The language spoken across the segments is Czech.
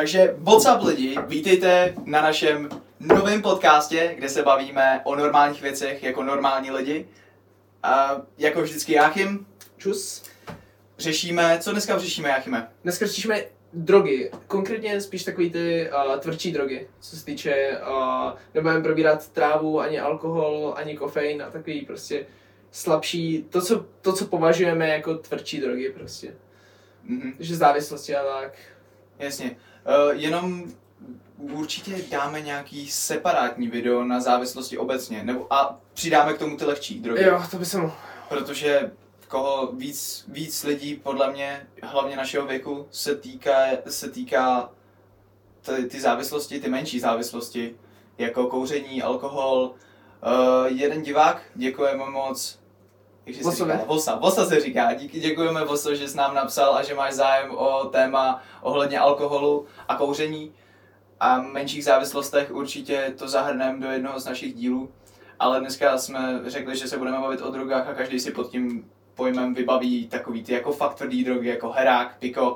Takže what's up lidi, vítejte na našem novém podcastě, kde se bavíme o normálních věcech jako normální lidi. A jako vždycky Jáchym. Čus. Co dneska řešíme, Jáchyme? Dneska řešíme drogy, konkrétně spíš takový ty tvrdší drogy, co se týče, nebudeme probírat trávu, ani alkohol, ani kofein a takový prostě slabší, to, co považujeme jako tvrdší drogy prostě. Mhm. Takže závislosti a tak. Jasně. Jenom určitě dáme nějaký separátní video na závislosti obecně, a přidáme k tomu ty lehčí drogy. Jo, to by se mohlo. Protože koho víc lidí, podle mě, hlavně našeho věku, se týká ty závislosti, ty menší závislosti, jako kouření, alkohol. Jeden divák, děkujeme moc. Jak se říká? Vosa se říká. Děkujeme Voso, že jsi nám napsal a že máš zájem o téma ohledně alkoholu a kouření. A menších závislostech určitě to zahrneme do jednoho z našich dílů. Ale dneska jsme řekli, že se budeme bavit o drogách a každý si pod tím pojmem vybaví takový ty jako fakt tvrdý drogy, jako herák, piko,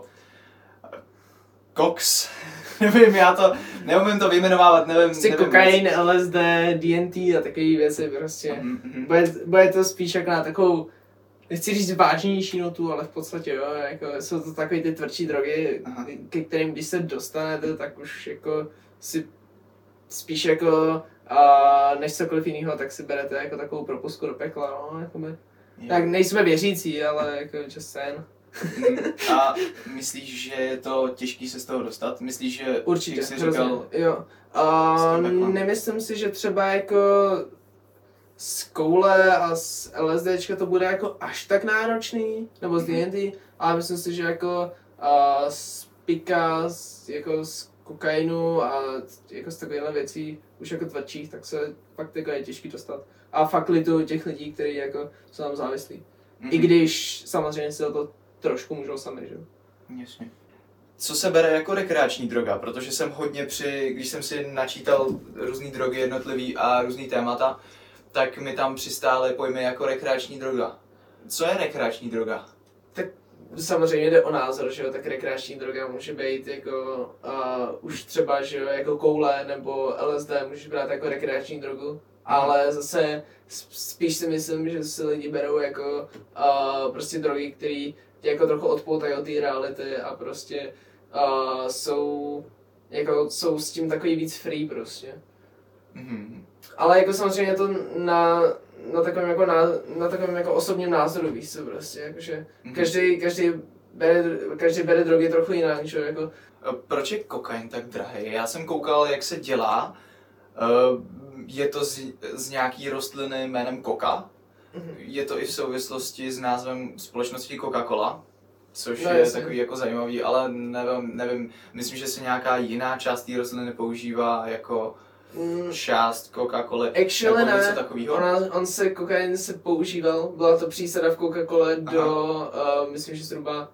koks. Nevím, neumím to vyjmenovávat, nevím. Kokain, LSD, DNT a takové věci prostě. Bude to spíš jako na takovou, nechci říct vážnější notu, ale v podstatě jo, jako jsou to takové ty tvrdší drogy, ke kterým když se dostanete, tak už jako si spíš jako než cokoliv jiného, tak si berete jako takovou propustku do pekla, no, jako my. Tak nejsme věřící, ale jako just saying. A myslíš, že je to těžký se z toho dostat? Myslíš, že určitě, jak jsi říkal, jo. Nemyslím si, že třeba jako z koule a z LSDčka to bude jako až tak náročný, nebo z DNT, ale myslím si, že jako z pika, jako z kokainu a jako z takovýchhle věcí, už jako tvrdších, tak se fakt jako je těžký dostat. A fakt lituju těch lidí, kteří jako jsou tam závislí. I když samozřejmě si to trošku můžou sami, že? Jasně. Co se bere jako rekreační droga? Protože jsem hodně když jsem si načítal různý drogy jednotlivý a různý témata, tak mi tam přistály pojmy jako rekreační droga. Co je rekreační droga? Tak samozřejmě jde o názor, že jo, tak rekreační droga může být jako už třeba, že jo, jako koule nebo LSD můžeš brát jako rekreační drogu, ale zase spíš si myslím, že si lidi berou jako prostě drogy, které tě jako trochu odpoutají od té reality a prostě jsou s tím takový víc free prostě. Ale jako samozřejmě je to na takovém jako osobním názoru, víš co prostě, jakože každý bere drogy trochu jinak, že jako. Proč je kokain tak drahý? Já jsem koukal, jak se dělá. Je to z nějaký rostliny jménem koka. Je to i v souvislosti s názvem společnosti Coca-Cola, což je takový jako zajímavý, ale nevím, myslím, že se nějaká jiná část té rostliny používá jako část Coca-Coly nebo něco takového. Kokain se používal, byla to přísada v Coca-Cole do, myslím, že zhruba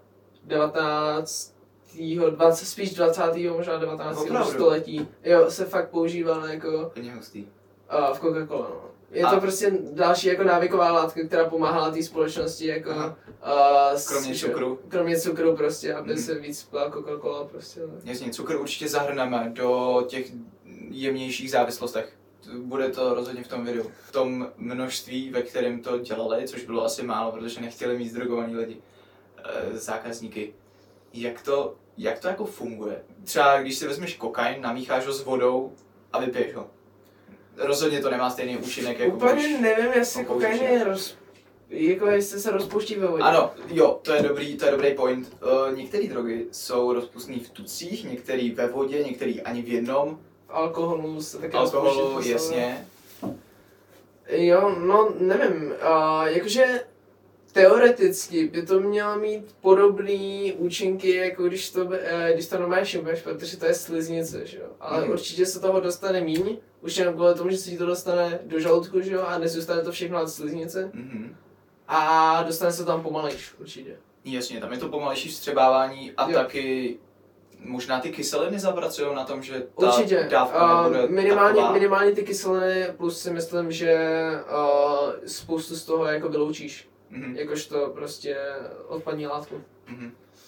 20. možná 19. století. Jo, se fakt používal jako v Coca-Cola, no. Je to prostě další jako návyková látka, která pomáhala té společnosti jako kromě cukru prostě, aby se víc pila Coca-Cola prostě. Jasně, cukr určitě zahrneme do těch jemnějších závislostech. Bude to rozhodně v tom videu. V tom množství, ve kterém to dělali, což bylo asi málo, protože nechtěli mít zdrogovaný lidi, zákazníky. Jak to jako funguje? Třeba když si vezmeš kokain, namícháš ho s vodou a vypiješ ho. Rozhodně to nemá stejný účinek jako úplně nevím, jestli kokain je jako jestli se rozpouští ve vodě. Ano, jo, to je dobrý point. Některé drogy jsou rozpustné v tucích, některé ve vodě, některé ani v jednom. V alkoholu se taky rozpouští. Jasně. Jo, no nevím, jakože teoreticky by to mělo mít podobné účinky, jako když to normálně šibuješ, protože to je sliznice, že jo. Ale určitě se toho dostane míň, už jenom kvůli tomu, že se ti to dostane do žaludku, že jo, a nezůstane to všechno na sliznice. A dostane se tam pomalejš, určitě. Jasně, tam je to pomalejší vstřebávání a taky možná ty kyseliny zapracují na tom, že ta dávka nebude minimálně ty kyseliny, plus si myslím, že spoustu z toho jako vyloučíš. Jakožto prostě odpadní látku.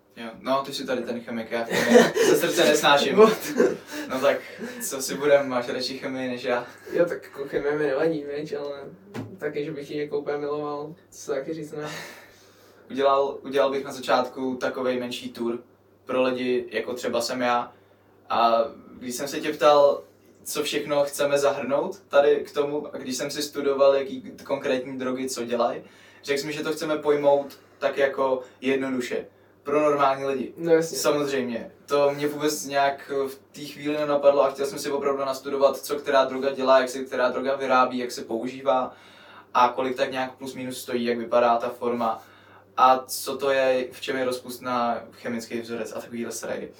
Jo, no ty jsi tady ten chemik, já ze srdce nesnáším. No tak, co si budem, máš radši chemii než já. Jo, tak jako chemie mi nevadí, viď, ale taky, že bych ji jako úplně miloval, co taky říct ne. Udělal bych na začátku takovej menší tour pro lidi, jako třeba jsem já. A když jsem se tě ptal, co všechno chceme zahrnout tady k tomu, a když jsem si studoval, jaký konkrétní drogy co dělají, řekl mi, že to chceme pojmout tak jako jednoduše. Pro normální lidi. No jasně. Samozřejmě. To mě vůbec nějak v té chvíli nenapadlo a chtěl jsem si opravdu nastudovat, co která droga dělá, jak se která droga vyrábí, jak se používá a kolik tak nějak plus minus stojí, jak vypadá ta forma a co to je, v čem je rozpustná chemický vzorec a takovýhle srady.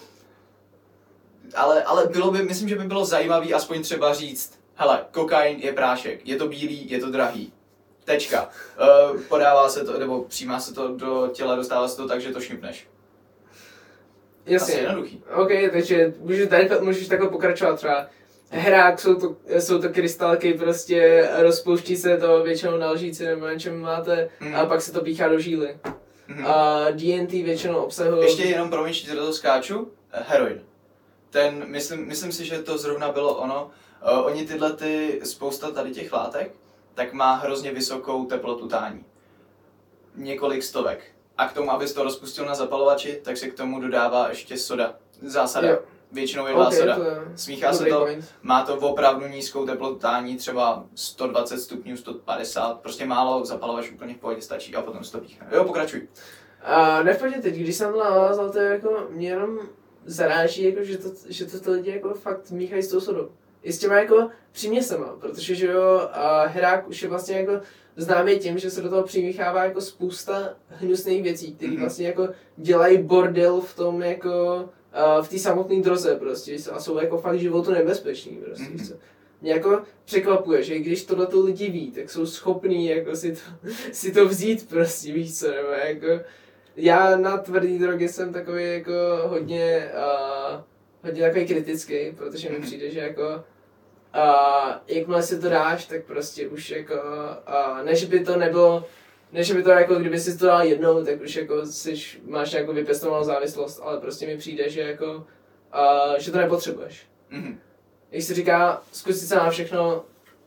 Ale myslím, že by bylo zajímavý aspoň třeba říct, hele, kokain je prášek, je to bílý, je to drahý. Tečka. Podává se to, nebo přijímá se to do těla, dostává se to tak, že to šňupneš. Jasně. Asi jednoduchý. OK, takže můžeš takhle pokračovat třeba. Herák, jsou to krystalky, prostě rozpouští se to většinou na lžíci nebo na čem máte a pak se to píchá do žíly. A D&T většinou obsahuje... Ještě jenom promiň, že do toho skáču, heroin. Ten, myslím si, že to zrovna bylo ono. Oni spousta tady těch látek, tak má hrozně vysokou teplotu tání. Několik stovek. A k tomu, abys to rozpustil na zapalovači, tak se k tomu dodává ještě soda. Zásada. Jo. Většinou je soda. Smíchá se to, má to opravdu nízkou teplotu tání, třeba 120 stupňů, 150, prostě málo, zapalovač úplně v pohodě stačí a potom se to píchne. Jo, pokračuj. Ne v pohodě teď, když jsem to navázal, to je jako, mě jenom zaráží, jako, že to lidi jako fakt míchají s tou sodou. I s těma jako příměsema, protože že jo, herák už je vlastně jako známý tím, že se do toho přimíchává jako spousta hnusných věcí, které vlastně jako dělají bordel v tom jako v té samotné droze prostě a jsou jako fakt životu nebezpečný prostě. Mě jako překvapuje, že když tohleto lidi ví, tak jsou schopní jako si to vzít prostě, víš co, nebo jako já na tvrdý drogy jsem takový jako hodně takový kritický, protože mi přijde, že jako jakmile si to dáš, tak prostě už jako než by to jako kdyby si to dal jednou, tak už jako máš nějakou vypěstovanou závislost, ale prostě mi přijde, že jako že to nepotřebuješ. Jak se říká, zkusit se na všechno,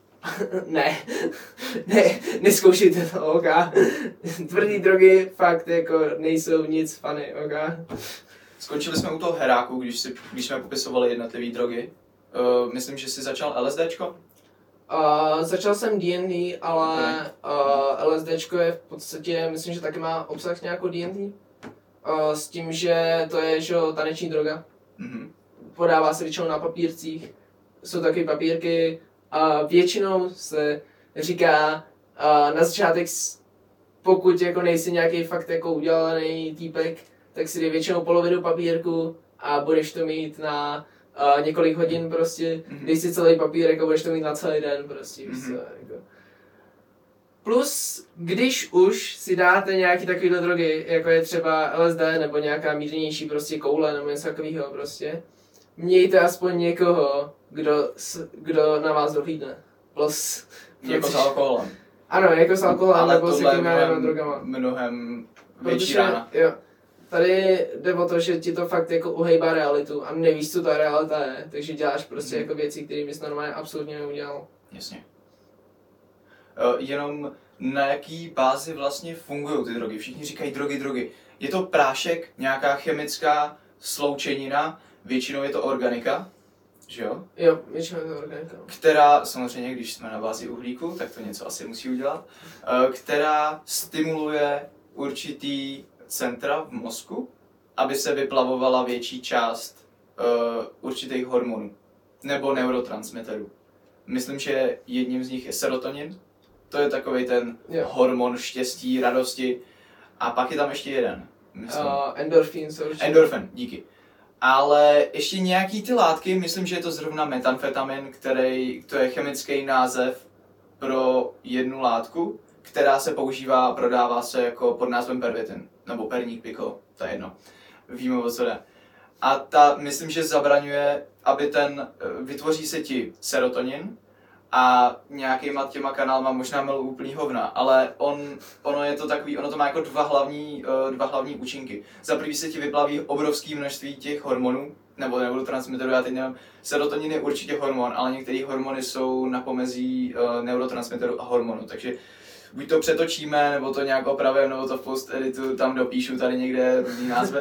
neskoušejte to, ok? Tvrdý drogy fakt jako nejsou nic funny, ok? Skončili jsme u toho heráku, když jsme popisovali jednotlivé drogy. Myslím, že jsi začal LSDčko? Začal jsem D&D, ale LSDčko je v podstatě, myslím, že taky má obsah nějakou D&D. S tím, že to je že taneční droga. Podává se většinou na papírcích. Jsou taky papírky a většinou se říká na začátek, pokud jako nejsi nějaký fakt jako udělaný týpek, tak si dej většinou polovinu papírku a budeš to mít na několik hodin prostě, dej si celý papírek a budeš to mít na celý den prostě, víš co, jako. Plus, když už si dáte nějaký takovýhle drogy, jako je třeba LSD nebo nějaká mírnější prostě koule nebo něco takového prostě, mějte aspoň někoho, kdo na vás dohlídne. Plus, jako s alkoholem. Ano, jako s alkoholem nebo s jakýma drogama. Mnohem větší rána. Jo. Tady jde o to, že ti to fakt jako uhejbá realitu a nevíš, co ta realita je, takže děláš prostě jako věci, které bys normálně absolutně neudělal. Jasně. Jenom na jaký bázi vlastně fungují ty drogy? Všichni říkají drogy. Je to prášek, nějaká chemická sloučenina, většinou je to organika, že jo? Jo, většinou je to organika. Která, samozřejmě, když jsme na bázi uhlíku, tak to něco asi musí udělat, která stimuluje určitý centra v mozku, aby se vyplavovala větší část určitých hormonů nebo neurotransmiterů. Myslím, že jedním z nich je serotonin, to je takovej ten hormon štěstí, radosti a pak je tam ještě jeden. Endorfin. Endorfin, díky. Ale ještě nějaký ty látky, myslím, že je to zrovna metamfetamin, to je chemický název pro jednu látku, která se používá a prodává se jako pod názvem pervitin, nebo perník piko, to je jedno. Víme, o co jde. A myslím, že zabraňuje, vytvoří se ti serotonin a nějakýma těma kanálama možná melu úplný hovna, ale ono je to takový, ono to má jako dva hlavní účinky. Za prvý se ti vyplaví obrovské množství těch hormonů, nebo neurotransmiterů, já teď nevím, serotonin je určitě hormon, ale některé hormony jsou na pomezí neurotransmiteru a hormonu, takže buď to přetočíme, nebo to nějak opravím, nebo to v post-editu tam dopíšu tady někde různý názvy.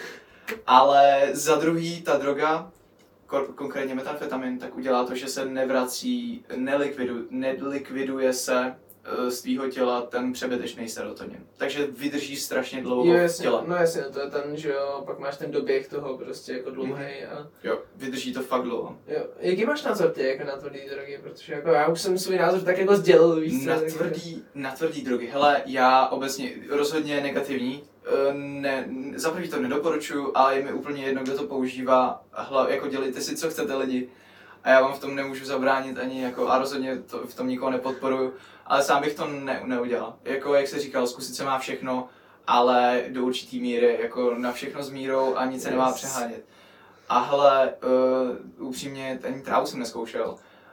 Ale za druhý ta droga, konkrétně metamfetamin, tak udělá to, že se nevrací, nelikviduje se z tvýho těla ten přebytečný serotonin. Takže vydrží strašně dlouho v těle. No jasně, to je ten, že jo, pak máš ten doběh toho prostě jako dlouhej a... Jo, vydrží to fakt dlouho. Jo, jaký máš názor ty jako na tvrdý drogy, protože jako já už jsem svůj názor tak jako sdělil, víš co? Na tvrdý drogy, hele, já obecně rozhodně negativní, za první to nedoporučuji, ale je mi úplně jedno, kdo to používá, jako dělejte si, co chcete lidi. A já vám v tom nemůžu zabránit ani jako, a rozhodně to, v tom nikoho nepodporuju, ale sám bych to neudělal. Jako jak se říkal, zkusit se má všechno, ale do určitý míry, jako na všechno s mírou a nic se nemá přehánět. A hele, upřímně, ani trávu jsem neskoušel.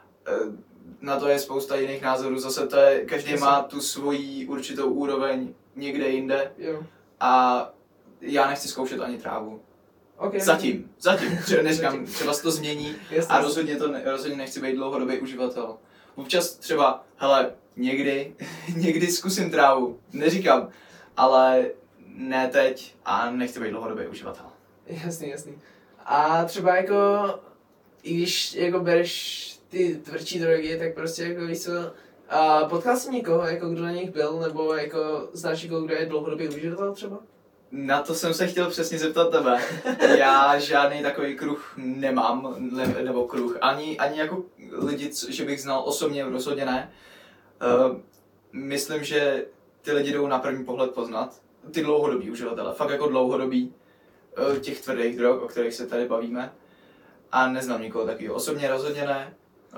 Na to je spousta jiných názorů, zase to je, každý má tu svoji určitou úroveň někde jinde. Jo. A já nechci zkoušet ani trávu. Okay. Zatím. Neříkám, třeba se to změní a rozhodně nechci být dlouhodobý uživatel. Občas třeba, hele, někdy zkusím trávu, neříkám, ale ne teď a nechci být dlouhodobý uživatel. Jasný. A třeba jako, i když jako bereš ty tvrdší drogy, tak prostě jako víš co, a potkal jsi někoho, jako kdo na nich byl, nebo jako znáš někoho, kdo je dlouhodobý uživatel třeba? Na to jsem se chtěl přesně zeptat tebe. Já žádný takový kruh nemám, nebo kruh, ani jako lidi, že bych znal osobně, rozhodně ne. Myslím, že ty lidi jdou na první pohled poznat, ty dlouhodobí uživatele, fakt jako dlouhodobí těch tvrdých drog, o kterých se tady bavíme. A neznám nikoho takového, osobně rozhodně ne.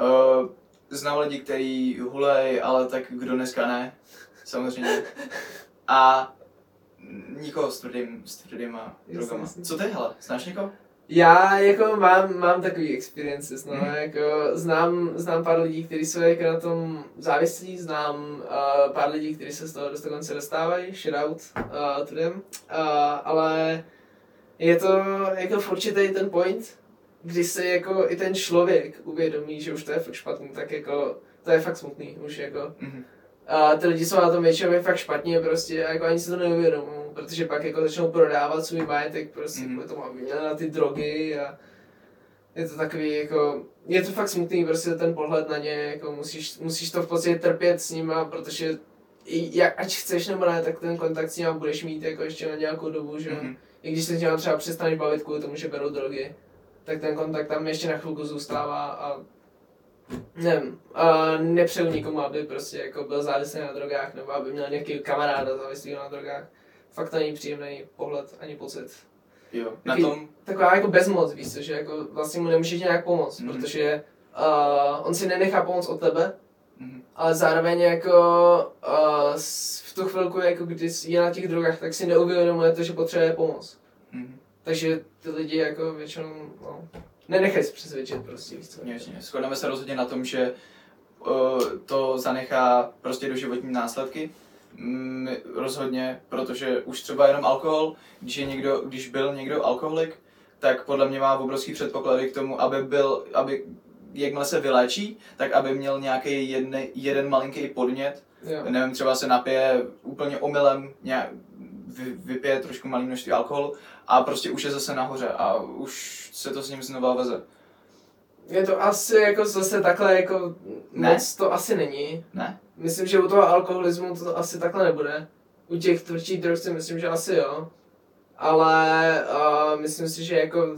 Znám lidi, kteří hulej, ale tak kdo dneska ne, samozřejmě. A nikoho s tvrdýma drogama. Co ty, hele, znáš někoho? Já jako mám takový experiences, no, jako znám pár lidí, kteří jsou jako na tom závislí, znám pár lidí, kteří se z toho dokonce dostávají, shoutout to them, ale je to jako v určitý ten point, kdy se jako i ten člověk uvědomí, že už to je fakt špatný, tak jako to je fakt smutný už jako. A ty lidi jsou na tom většinou fakt špatně prostě a jako ani si to neuvědomují, protože pak jako začnou prodávat svůj majetek prostě kvůli tomu, aby měli na ty drogy a je to takový jako, je to fakt smutný prostě ten pohled na ně, jako musíš to v podstatě trpět s nima, protože ať chceš nebo ne, tak ten kontakt s nima budeš mít jako ještě na nějakou dobu, že i když se s nima třeba přestaneš bavit kvůli tomu, že berou drogy, tak ten kontakt tam ještě na chvilku zůstává a nevím, nepřeju nikomu, aby prostě jako byl závislý na drogách, nebo aby měl nějaký kamaráda závislýho na drogách. Fakt to není příjemný pohled ani pocit. Jo, na tom... Taková jako bezmoc, víš co, že jako vlastně mu nemůžeš nějak pomoct, protože on si nenechá pomoct od tebe, ale zároveň jako v tu chvilku, jako když je na těch drogách, tak si neuvědomuje to, že potřebuje pomoc. Takže ty lidi jako většinou, no, nenechaj se přesvědčit prostě, víš co. Jasně, shodneme se rozhodně na tom, že to zanechá prostě doživotní následky. Rozhodně, protože už třeba jenom alkohol, když byl někdo alkoholik, tak podle mě má obrovský předpoklady k tomu, aby jakmile se vyléčí, tak aby měl nějaký jeden malinký podnět. Jo. Nevím, třeba se napije úplně omylem, vypije trošku malý množství alkoholu a prostě už je zase nahoře a už se to s ním znova veze. Je to asi jako zase takhle jako moc to asi není. Ne? Myslím, že u toho alkoholismu to asi takhle nebude. U těch tvrdších drog si myslím, že asi jo. Ale myslím si, že jako...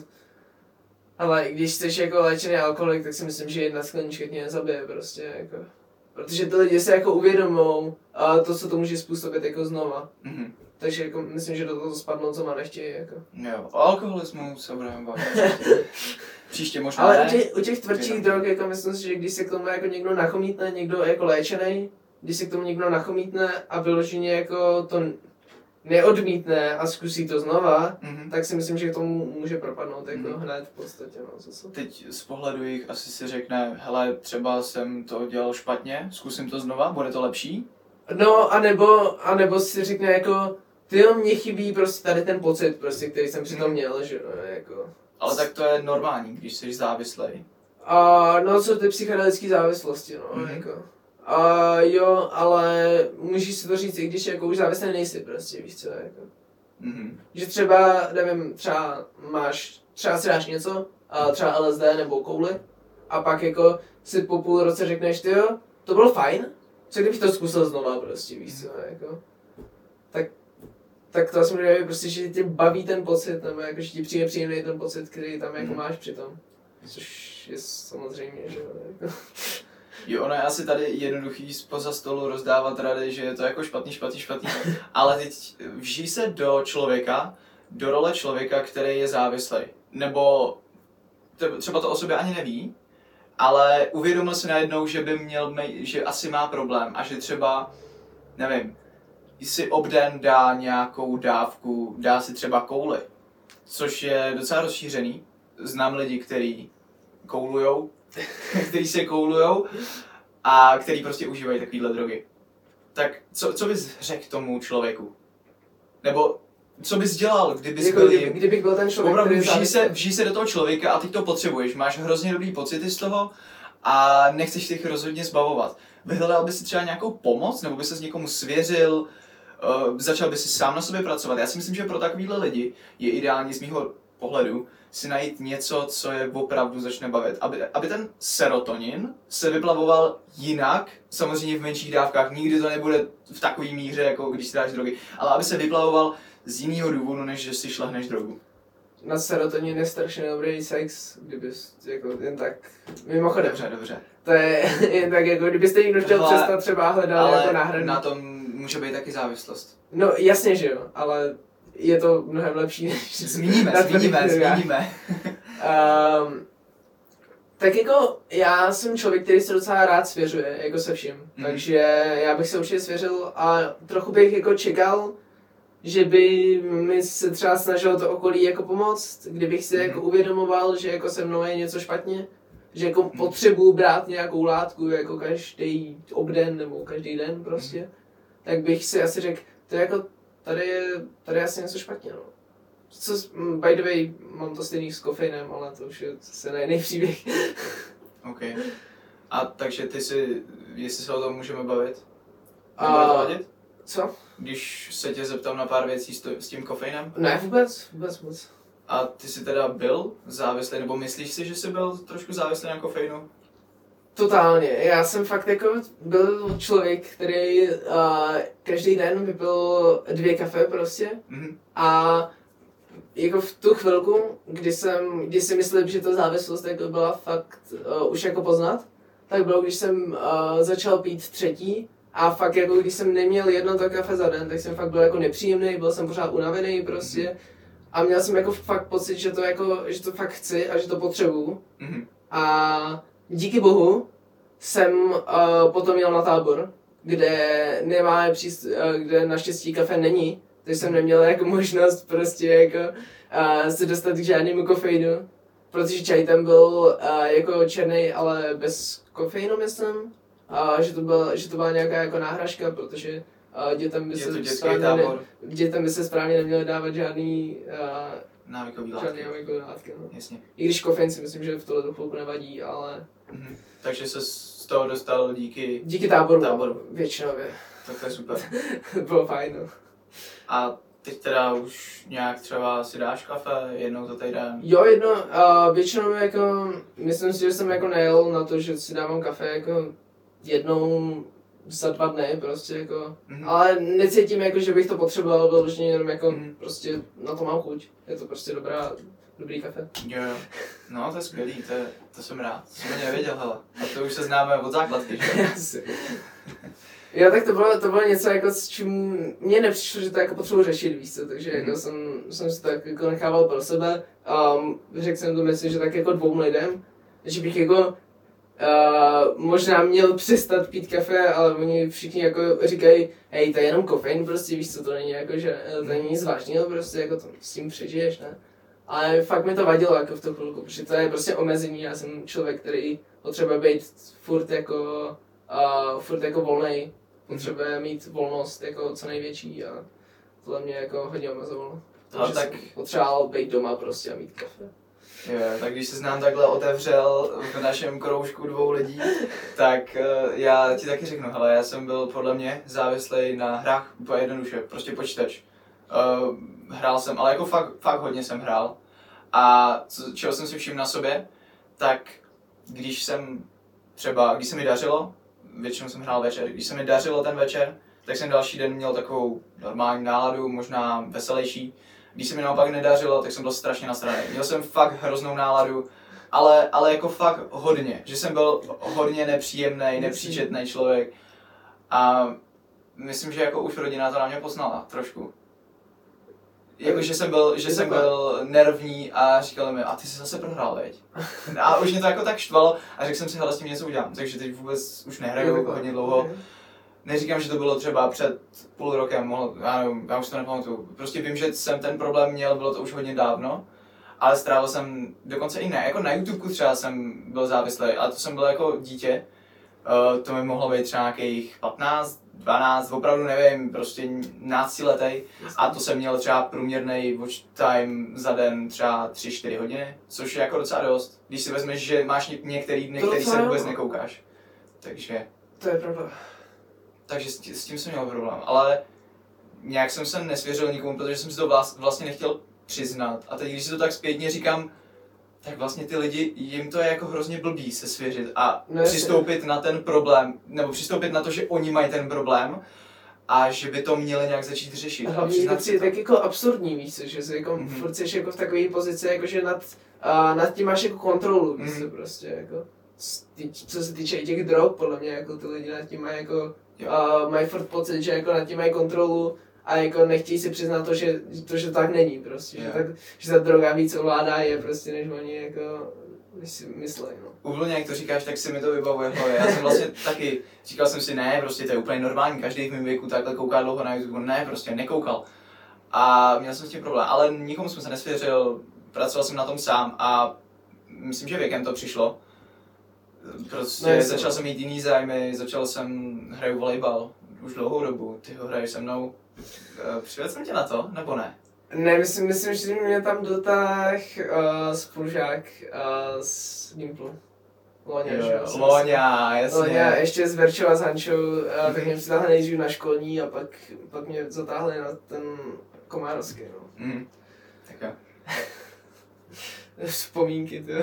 Ale když jsi jako léčený alkoholik, tak si myslím, že jedna sklenička tě nezabije prostě jako. Protože ty lidi se jako uvědomou to, co to může způsobit jako znova. Takže jako myslím, že do toho spadnou, co má nechtějí jako. Jo, o alkoholismu se budeme bavit. Příště možná. Ale u těch tvrdších drog, jako myslím si, že když se k tomu jako někdo nachomítne, někdo jako léčený, když se k tomu někdo nachomítne a vyloženě jako to neodmítne a zkusí to znova, Mhm. tak si myslím, že k tomu může propadnout jako hned v podstatě. No, zase. Teď z pohledu jich asi si řekne, hele, třeba jsem to dělal špatně, zkusím to znova, bude to lepší? No, anebo si řekne jako, tyjo, mně chybí prostě tady ten pocit, prostě, který jsem přitom měl, že no, jako. Ale tak to je normální, když jsi závislej. No, co ty psychedelické závislosti, no, jako. Jo, ale můžeš si to říct, i když jako už závislý nejsi prostě, víš co, jako. Že třeba, nevím, třeba si dáš něco, třeba LSD nebo kouli, a pak jako si po půl roce řekneš, tyjo, to bylo fajn, co kdybych to zkusil znova prostě, víš co, jako. Tak to asi může být prostě, že tě baví ten pocit, nebo jako, že ti přijde příjemný ten pocit, který tam jako máš při tom. Což je samozřejmě, že jo, jako. Jo, ono je asi tady jednoduchý spoza stolu rozdávat rady, že je to jako špatný, ale teď vžij se do člověka, do role člověka, který je závislý. Nebo třeba to o sobě ani neví, ale uvědomil si najednou, že by že asi má problém a že třeba, nevím, si obden dá nějakou dávku, dá si třeba kouli, což je docela rozšířený. Znám lidi, kteří koulujou, kteří se koulujou a kteří prostě užívají takovýhle drogy. Tak co bys řekl tomu člověku? Nebo co bys dělal, kdybys jako, byl jim? Kdybych byl ten člověk, opravdu který vžij se do toho člověka a teď to potřebuješ. Máš hrozně dobrý pocity z toho a nechceš se jich rozhodně zbavovat. Vyhledal bys si třeba nějakou pomoc, nebo by se s někomu svěřil, začal by si sám na sobě pracovat. Já si myslím, že pro takovýhle lidi je ideální z mýho pohledu si najít něco, co je opravdu začne bavit. Aby ten serotonin se vyplavoval jinak, samozřejmě v menších dávkách, nikdy to nebude v takové míře, jako když si dáš drogy, ale aby se vyplavoval z jiného důvodu, než že si šlehneš drogu. Na serotonin je strašně dobrý sex, kdybys jako jen tak, mimochodem. Dobře. To je jen tak jako, kdybyste někdo chtěl přestat třeba hledat jako náhradní. Na tom může být taky závislost. No jasně, že jo, ale je to mnohem lepší než... Zmíníme. Tak jako já jsem člověk, který se docela rád svěřuje, jako se vším. Takže já bych se určitě svěřil a trochu bych jako čekal, že by mi se třeba snažilo to okolí jako pomoct, kdybych si jako uvědomoval, že jako se mnou je něco špatně, že jako potřebuji brát nějakou látku jako každý obden nebo každý den prostě, tak bych si asi řekl, to je jako tady je asi něco špatně, no. By the way, mám to stejný s kofeinem, ale to už je zase na jiný příběh. OK. A takže jestli se o tom můžeme bavit? Nebude to vadit? Co? Když se tě zeptám na pár věcí s tím kofeinem? Ne, vůbec. A ty jsi teda byl závislý, nebo myslíš si, že jsi byl trošku závislý na kofeinu? Totálně. Já jsem fakt jako byl člověk, který každý den vypil 2 kafe prostě. A jako v tu chvilku, kdy si myslím, že ta závislost jako byla fakt už jako poznat, tak bylo, když jsem začal pít 3. A fakt jako když jsem neměl jedno to kafe za den, tak jsem fakt byl jako nepříjemný, byl jsem pořád unavený prostě. A měl jsem jako fakt pocit, že to fakt chci a že to potřebuju. A díky bohu jsem potom jel na tábor, kde kde naštěstí kafe není, takže jsem neměl jako možnost prostě jako se dostat k žádnému kofeinu, protože čaj tam byl jako černý, ale bez kofeinu myslím, a že to byla nějaká jako náhražka, protože dětem by se správně neměly dávat žádný návykový látky. No. Jasně. I když kofein si myslím, že v tohle chvilku nevadí, ale... Takže se z toho dostal díky táboru. Většinově. Tak to je super. Bylo fajn, no. A teď teda už nějak třeba si dáš kafe jednou za týden? Jo, většinou jako, myslím si, že jsem jako nejel na to, že si dávám kafe jako jednou za 2 dny prostě jako, ale necítím jako, že bych to potřeboval vyloženě jenom jako prostě na to mám chuť, je to prostě dobrý kafe. Jo, no to je skvělý, to jsem rád, to jsem ani nevěděl, hele, a to už se známe od základky, že? Jo, tak to bylo něco jako s čím mně nepřišlo, že to jako potřebuji řešit, víš co, takže jako jsem si to jako nechával pro sebe, řekl jsem to myslím, že tak jako 2 lidem, že bych jako možná měl přestat pít kafe, ale oni všichni jako říkají, hej, to je jenom kofein, prostě víš co, to není jako, že to není nic vážného, prostě jako to s tím přežiješ, ne? Ale fakt mi to vadilo jako v tu chvilku, protože to je prostě omezení, já jsem člověk, který potřebuje být furt jako volnej, potřebuje mít volnost jako co největší a tohle mě jako hodně omezovalo. Takže tak potřeboval být doma prostě a mít kafe. Jo, tak když se nám takhle otevřel v našem kroužku 2 lidí, tak já ti taky řeknu, hele, já jsem byl podle mě závislý na hrách úplně jednoduše, prostě počítač. Hrál jsem, ale jako fakt hodně jsem hrál. A čeho jsem si všiml na sobě, tak když se mi dařilo, většinou jsem hrál večer, když se mi dařilo ten večer, tak jsem další den měl takovou normální náladu, možná veselější. Když se mi naopak nedařilo, tak jsem byl strašně nasraný. Měl jsem fakt hroznou náladu, ale jako fakt hodně. Že jsem byl hodně nepříjemný, nepříčetný člověk. A myslím, že jako už rodina to na mě poznala trošku. Jako, že jsem byl nervní a říkali mi, a ty jsi zase prohrál, veď? A už mě to jako tak štvalo a řekl jsem si, hele, s tím něco udělám. Takže teď vůbec už nehraju hodně dlouho. Neříkám, že to bylo třeba před půl rokem, já už to nepamatuju. Prostě vím, že jsem ten problém měl, bylo to už hodně dávno. Ale strávil jsem dokonce i ne, jako na YouTubeku třeba jsem byl závislý, ale to jsem byl jako dítě. To mi mohlo být třeba nějakých 15, 12, opravdu nevím, prostě náctiletej. A to jsem měl třeba průměrný watch time za den třeba 3-4 hodiny, což je jako docela dost. Když si vezmeš, že máš některý dny, který se vůbec nekoukáš. Takže... To je pravda. Takže s tím jsem měl problém, ale nějak jsem se nesvěřil nikomu, protože jsem si to vlastně nechtěl přiznat. A teď, když si to tak zpětně říkám, tak vlastně ty lidi, jim to je jako hrozně blbý se svěřit a přistoupit na ten problém, nebo přistoupit na to, že oni mají ten problém a že by to měli nějak začít řešit. A hlavně je tak jako absurdní, víš co, že jsi jako furt jsi jako v takové pozici, jako že nad tím máš jako kontrolu, víš co, prostě jako. Co se týče i těch drog, podle mě jako ty lidi nad tím mají jako, mají furt pocit, že jako nad tím mají kontrolu a jako nechtějí si přiznat to, že tak není prostě, že ta droga víc ovládá je prostě, než oni jako si myslejí, no. Úplně jak to říkáš, tak si mi to vybavuje hlavě. Já jsem vlastně taky, říkal jsem si, ne, prostě to je úplně normální, každý v mém věku takhle kouká dlouho na YouTube, ne, prostě nekoukal. A měl jsem s tím problém, ale nikomu jsem se nesvěřil, pracoval jsem na tom sám a myslím, že věkem to přišlo. Prostě začal jsem mít jiný zájmy, hraju volejbal už dlouhou dobu, ty ho hraješ se mnou. Přivedl jsem tě na to, nebo ne? Ne, myslím, že mě tam dotáhl spolužák z Gimplu. Loňa, jasně. Loňa, ještě z Verčova s Hančou, tak mě přitáhli nejdřív na školní a pak mě zatáhli na ten komárovský, no. Tak jo. Vzpomínky, ty.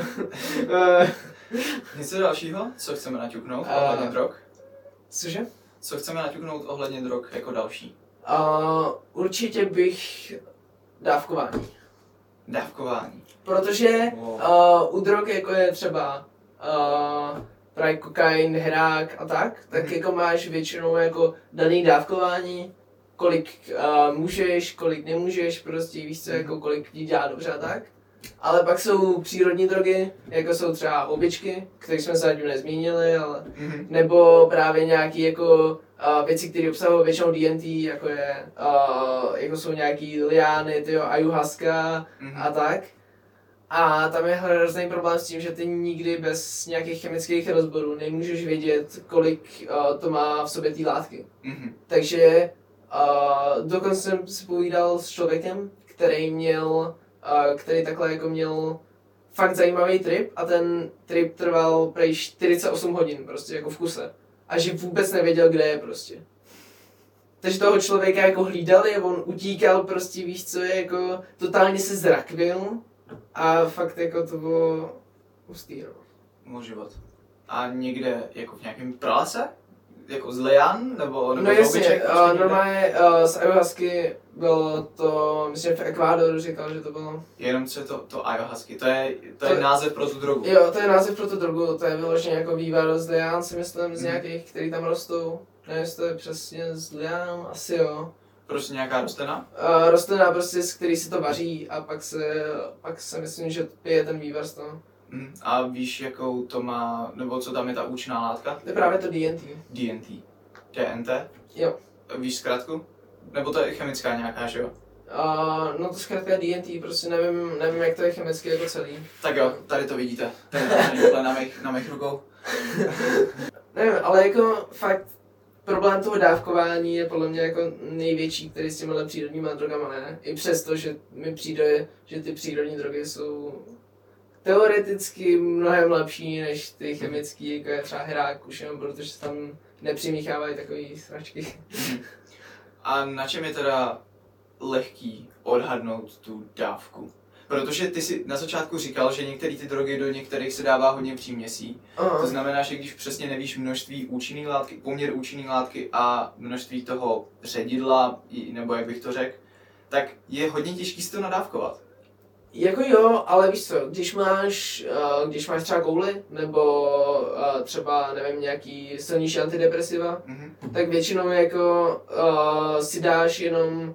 Něco dalšího, co chceme naťuknout ohledně drog? Cože? Co chceme naťuknout ohledně drog jako další? Určitě bych dávkování. Dávkování. Protože u drog jako je třeba právě kokain, hrák a tak jako máš většinou jako daný dávkování, kolik můžeš, kolik nemůžeš, prostě víš co, jako kolik ti dělá dobře a tak. Ale pak jsou přírodní drogy, jako jsou třeba opičky, které jsme se zatím nezmínili, ale nebo právě nějaký jako věci, které obsahují většinou DMT, jako jsou nějaký liány, ayahuasca a tak. A tam je hrozný problém s tím, že ty nikdy bez nějakých chemických rozborů nemůžeš vědět, kolik to má v sobě té látky. Takže dokonce jsem si povídal s člověkem, který takhle jako měl fakt zajímavý trip a ten trip trval prej 48 hodin prostě jako v kuse. A že vůbec nevěděl, kde je prostě. Takže toho člověka jako hlídali a on utíkal prostě, víš co, je jako totálně se zrakvil a fakt jako to bylo hustý, no. Můj život. A někde jako v nějakém pralese? Jako z lián? Nebo no jasně, normálně z ayahuasky bylo to, myslím, v Ekvádoru říkal, že to bylo. Jenom co je to ayahuasky, to je název pro tu drogu. Jo, to je název pro tu drogu, to je vyloženě jako vývar z lián, si myslím, z nějakých, který tam rostou. Nevím, jestli to je přesně z lián, asi jo. Prostě nějaká rostlina? Rostlina prostě, z který se to vaří a pak se myslím, že pije ten vývar z toho. A víš, jakou to má, nebo co tam je ta účinná látka? To je právě to DNT. DNT. DNT? Jo. Víš zkrátku? Nebo to je chemická nějaká, že jo? No to zkrátka DNT, prostě nevím jak to je chemicky jako celý. Tak jo, tady to vidíte. Tady to je na mých rukou. Nevím, ale jako fakt problém toho dávkování je podle mě jako největší, který s těmihle přírodníma drogama ne. I přesto, že mi přijde, že ty přírodní drogy jsou teoreticky mnohem lepší než ty chemický, jako je třeba hrák už jenom protože se tam nepřimíchávají takový sračky. A na čem je teda lehký odhadnout tu dávku? Protože ty si na začátku říkal, že některé ty drogy do některých se dává hodně příměsí. To znamená, že když přesně nevíš množství účinné látky, poměr účinné látky a množství toho ředidla, nebo jak bych to řekl, tak je hodně těžký si to nadávkovat. Jako jo, ale víš co, když máš třeba kouli, nebo třeba, nevím, nějaký silnější antidepresiva, tak většinou jako si dáš jenom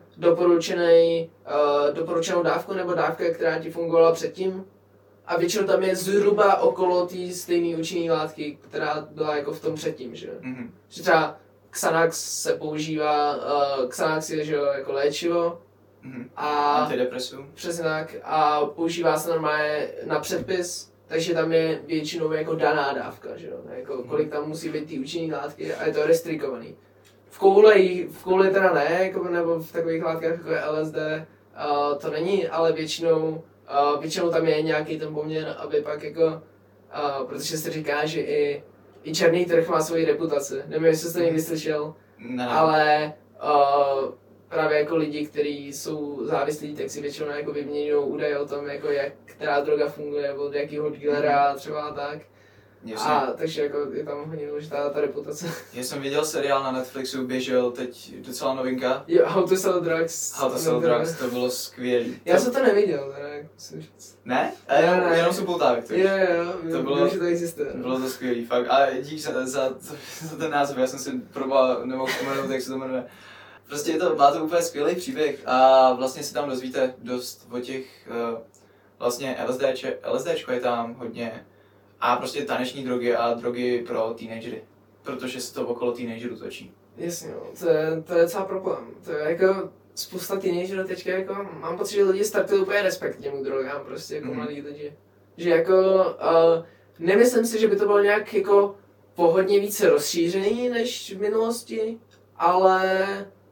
doporučenou dávku nebo dávka, která ti fungovala předtím. A většinou tam je zhruba okolo té stejné účinné látky, která byla jako v tom předtím, že? Že třeba Xanax se používá, Xanax je že jako léčivo, a antidepresiv. Přesně tak. A používá se normálně na předpis, takže tam je většinou jako daná dávka, že jo? Jako kolik tam musí být ty účinné látky a je to restrikovaný. V kouli teda ne, jako, nebo v takových látkách jako je LSD, to není, ale většinou tam je nějaký ten poměr, aby pak jako, protože se říká, že i černý trh má svoji reputaci. Nevím, jestli jsi to někdy slyšel, ale právě jako lidi, kteří jsou závislí, tak si většinou jako vyměňují údaje o tom, jako jak která droga funguje, od jakého dealera třeba a tak. Jasně. A takže jako je tam hodně důležitá ta reputace. Já jsem viděl seriál na Netflixu, běžel teď docela novinka. Jo, How to Sell Drugs. How to Sell Drugs, to bylo skvělý. Já jsem to neviděl, teda, musím říct. Ne? Ne. Jenom jsem poutávek. Jo, to bylo, že to existuje. Bylo to skvělý, fakt. A díky za ten název, já jsem si probal, nemohl vzpomenout, jak se to jmenuje. Prostě má to úplně skvělý příběh a vlastně si tam dozvíte dost o těch, vlastně LSDčko je tam hodně a prostě taneční drogy a drogy pro teenagery, protože se to okolo teenagerů točí. Jasně, no, to je docela problém. To je jako spousta teenagerů teďka jako, mám pocit, že lidi startují úplně respekt těm drogám, prostě jako mladí lidi. Že jako, nemyslím si, že by to bylo nějak jako pohodně více rozšířený než v minulosti, ale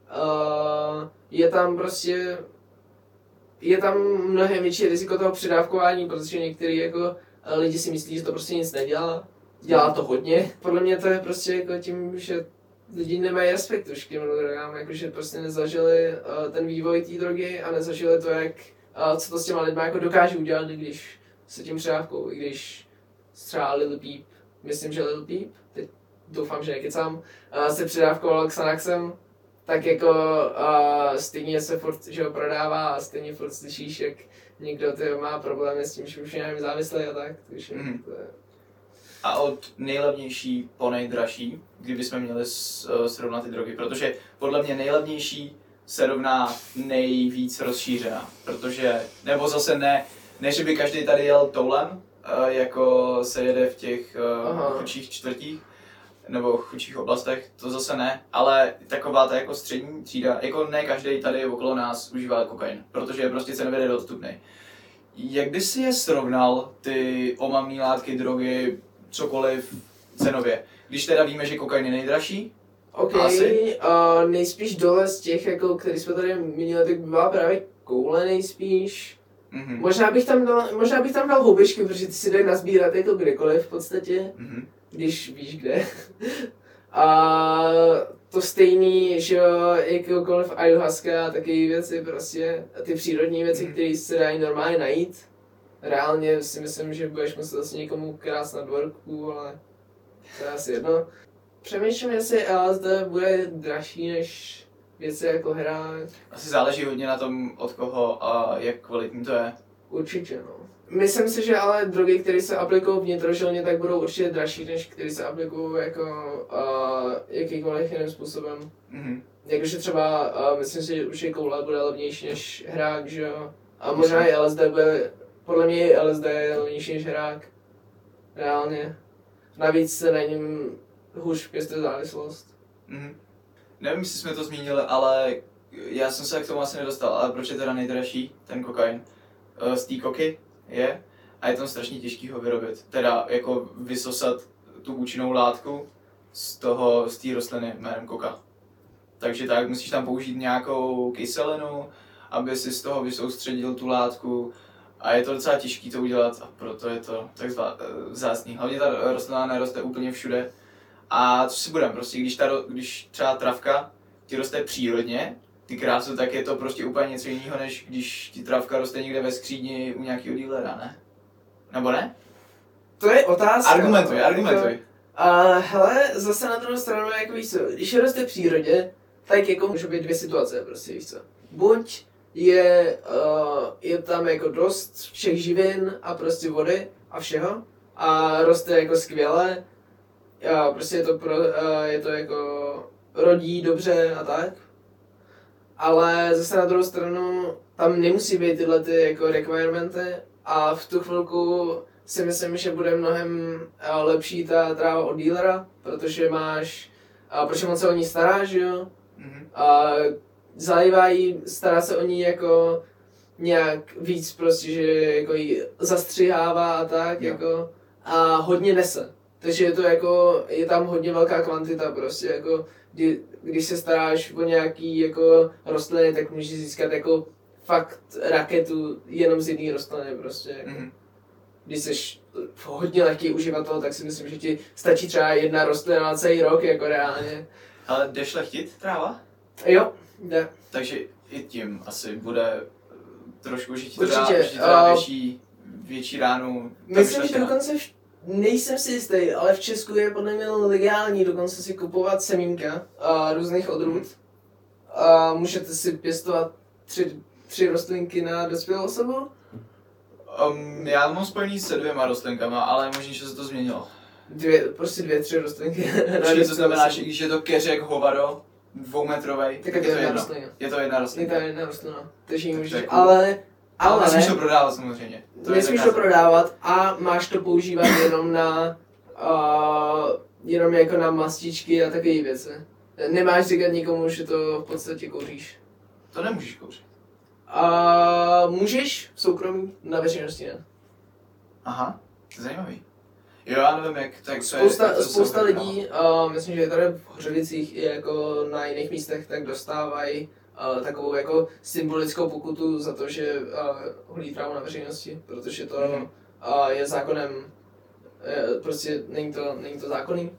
je tam mnohem větší riziko toho přidávkování, protože některý jako lidi si myslí, že to prostě nic nedělá. Dělá to hodně. Podle mě to je prostě jako tím, že lidi nemají respekt už k těm drogám, jakože prostě nezažili ten vývoj té drogy a nezažili to, co to s těma lidma jako dokáže udělat, když se tím přidávkou, i když třeba Lil Peep, myslím, že Lil Peep, teď doufám, že nekecám, se přidávkoval Xanaxem, tak jako stejně se furt že ho prodává a stejně furt slyšíš, jak někdo má problémy s tím, že už je nevím závislý a tak, takže to je... A od nejlevnější po nejdražší, kdybychom měli srovnat ty drogy, protože podle mě nejlevnější se rovná nejvíc rozšířená, protože, nebo zase ne že by každý tady jel toulem, jako se jede v těch chudších čtvrtích, nebo chudších oblastech, to zase ne, ale taková ta jako střední třída, jako ne každý tady okolo nás užívá kokain, protože je prostě cenově nedostupný. Jak bys si je srovnal, ty omamné látky, drogy, cokoliv cenově, když teda víme, že kokain je nejdražší? OK, nejspíš dole z těch, jako, který jsme tady měli, tak by byla právě koule nejspíš. Možná bych tam dal houbičky, protože ty si dají nazbírat jako kdekoliv v podstatě, když víš kde. A to stejný, že jo, jakýkoliv ayahuasca a takové věci, prostě ty přírodní věci, které se dají normálně najít. Reálně si myslím, že budeš muset asi někomu krát na dvorku, ale to je asi jedno. Přemýšlím, jestli LSD bude dražší než věci jako hra. Asi záleží hodně na tom, od koho a jak kvalitní to je. Určitě, no. Myslím si, že ale drogy, které se aplikují vnitrožilně, tak budou určitě dražší, než které se aplikují jako jakýkoliv jiným způsobem. Jakože třeba, myslím si, že už koule bude levnější než hrák, že jo. A možná i LSD bude podle mě LSD je levnější než hrák. Reálně. Navíc se na něm hůř pěstuje závislost. Nevím, jestli jsme to zmínili, ale já jsem se k tomu asi nedostal, ale proč je teda nejdražší ten kokain? Z té koky je a je tam strašně těžký ho vyrobit. Teda jako vysosat tu účinnou látku z té rostliny jménem koka. Takže tak musíš tam použít nějakou kyselinu, aby si z toho vysoustředil tu látku a je to docela těžké to udělat a proto je to tak vzácný. Hlavně ta rostlina neroste úplně všude. A co si budem, prostě když třeba travka ti roste přírodně, ty krásu, tak je to prostě úplně něco jiného, než když ti travka roste někde ve skříni u nějakého dealera, ne? Nebo ne? To je otázka. Argumentuj. Hele, zase na druhou stranu, jako víš co, když roste v přírodě, tak jako můžou být dvě situace, prostě víš co. Buď je tam jako dost všech živin a prostě vody a všeho a roste jako skvěle, a prostě je to jako rodí dobře a tak. Ale zase na druhou stranu tam nemusí být tyhle ty jako requirementy a v tu chvilku si myslím, že bude mnohem lepší ta tráva od dealera, protože on se o ní stará, že jo? A zalívá jí, stará se o ní jako nějak víc prostě, že jako ji zastřihává a tak, jako a hodně nese. Takže je to jako, je tam hodně velká kvantita prostě, jako když se staráš o nějaký jako rostliny, tak můžeš získat jako fakt raketu jenom z jedné rostliny prostě, jako. Když jsi hodně lehký uživatel, tak si myslím, že ti stačí třeba jedna rostlina na celý rok, jako reálně. Ale jde šlechtit tráva? Jo, jde. Takže i tím asi bude trošku, že ti to Určitě, dá větší ránu. Myslím, že dokonce nejsem si jistý, ale v Česku je podle mě legální dokonce si kupovat semínka různých odrůd. Můžete si pěstovat tři rostlinky na dospělou osobu. Já mám spojený se 2 rostlinkama, ale možná, že se to změnilo. Prostě 2-3 rostlinky. Určitě to znamená, že když je to keřek hovado, 2metrovej, tak je to jedna rostlina. Je to jedna rostlina. Je to jedna rostlina. Takže ji můžeš, ale nesmíš to prodávat samozřejmě. Nesmíš to prodávat a máš to používat jenom jenom jako na mastičky a takové věci. Nemáš říkat nikomu, že to v podstatě kouříš. To nemůžeš kouřit. Můžeš v soukromí, na veřejnosti ne. Aha, to je zajímavý. Jo, já nevím, jak tak spousta lidí, myslím, že tady v Hořovicích i jako na jiných místech, tak dostávají takovou jako symbolickou pokutu za to, že hulí trávu na veřejnosti, protože to je zákonem, prostě není to zákonný.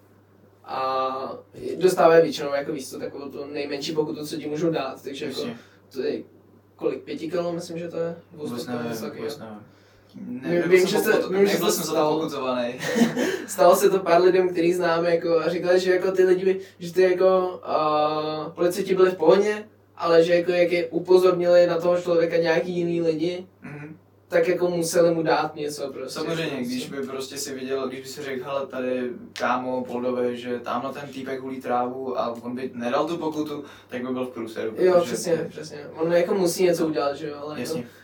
A dostávají většinou jako víc to takovou tu nejmenší pokutu, co ti můžou dát, takže jako to je kolik, 5 kilo, myslím, že to je? Vůbec nevím. Vím, že se stalo. Stalo se to pár lidem, který známe, jako, a říkali, že jako ty lidi, že ty jako policajti byli v pohodě, ale že jako jak je upozornili na toho člověka nějaký jiný lidi, tak jako museli mu dát něco prostě. Samozřejmě, když by prostě si viděl, když by si řekl, hele, tady kámo Poldovi, že tamhle ten týpek hulí trávu a on by nedal tu pokutu, tak by byl v průseru. Jo, přesně. On jako musí něco udělat, že jo, ale jasně. Jako,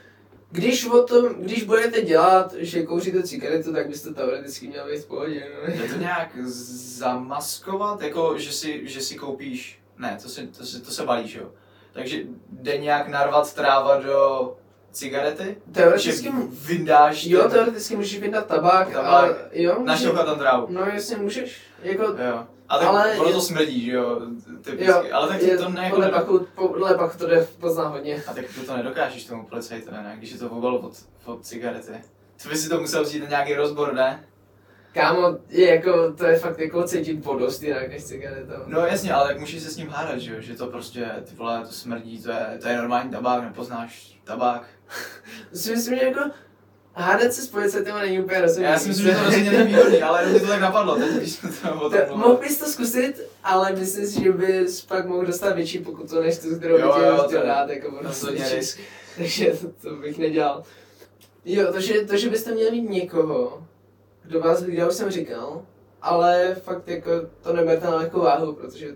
když budete dělat, že kouříte cigaretu, tak byste teoreticky měli být v pohodě, no. Je to nějak zamaskovat, jako že si koupíš, ne, to se balíš, jo. Takže jde nějak narvat tráva do cigarety? Teoreticky vyndáš. Jo, teoreticky můžeš vyndat tabák. A jo. Našťouchat tam trávu. No jasně můžeš, jako. Jo. Ale ono to smrdí, že jo, typicky. Jo, ale tak to ne jako podle pachu to jde pozná hodně. A tak to nedokážeš tomu policajtu, ne, když je to obal od cigarety. To by si to musel vzít na nějaký rozbor, ne? Kámo, to je fakt jako cítit vodost jinak než cigareta. No jasně, ale tak musíš se s ním hádat, že to prostě, ty vole, to smrdí, to je normální tabák, nepoznáš tabák. Myslím, že jako hádat se s policajtem není úplně rozumný. Já si myslím, že to rozhodně nevýhodný, ale mě to tak napadlo, teď když jsme to mohl bys to zkusit, ale myslím si, že bys pak mohl dostat větší pokutu, než tu, kterou bych chtěl dát, jako risk. Takže to bych nedělal. Jo, to, že byste měli mít někoho, kdo vás hlídá, už jsem říkal, ale fakt jako to neberte na lehkou váhu, protože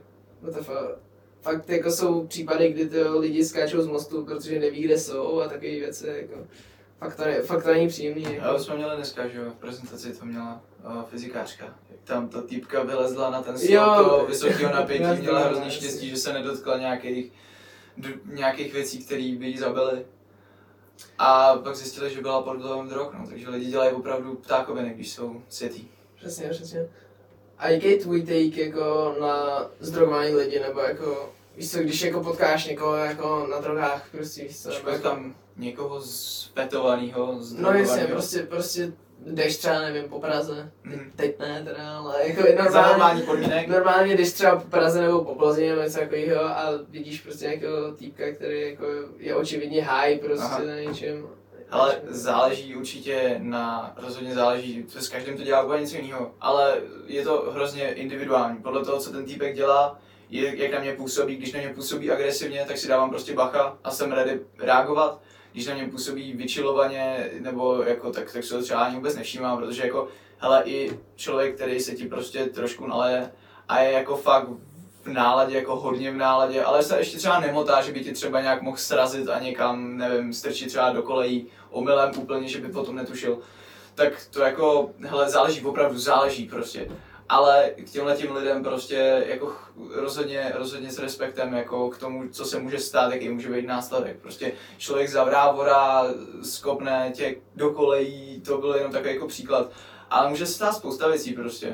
fakt jako jsou případy, kdy ty lidi skáčou z mostu, protože neví, kde jsou a takové věci, jako Fakt to není příjemný. Jako. Ale jsme měli dneska, že jo, v prezentaci to měla fyzikářka. Jak tam ta týpka vylezla na ten slot toho vysokého napětí, měla hrozně štěstí, že se nedotkla nějakých věcí, které by jí zabily. A pak zjistili, že byla pod vlivem drog, no, takže lidi dělají opravdu ptákoviny, když jsou světí. Přesně. A jaký je tvůj take jako na zdrogování lidi, nebo jako, víš co, když jako potkáš někoho jako na drogách, prostě víš co, nebo jako tam někoho zvetovanýho, zdrogovanýho. No jasně, prostě jdeš třeba, nevím, po Praze, teď ne teda, ale jako normální podmínek. Normálně jdeš třeba po Praze nebo po Plzni nebo něco takového a vidíš prostě nějakého týpka, který jako je očividně high prostě na něčem. Ale záleží určitě rozhodně záleží, s každým to dělá úplně něco jiného, ale je to hrozně individuální, podle toho, co ten týpek dělá, jak na mě působí, když na mě působí agresivně, tak si dávám prostě bacha a jsem ready reagovat. Když na mě působí vychillovaně, nebo jako, tak se to třeba ani vůbec nevšímám, protože jako, hele, i člověk, který se ti prostě trošku naleje a je jako fakt v náladě, jako hodně v náladě, ale se ještě třeba nemotá, že by ti třeba nějak mohl srazit a někam, nevím, strčit třeba do kolejí omylem úplně, že by potom netušil. Tak to jako, hele, opravdu záleží prostě. Ale k těmhletím lidem prostě jako rozhodně s respektem jako k tomu, co se může stát, jaký může být následek. Prostě člověk zavrávora, skopne tě do kolejí, to byl jenom takový jako příklad. Ale může se stát spousta věcí prostě.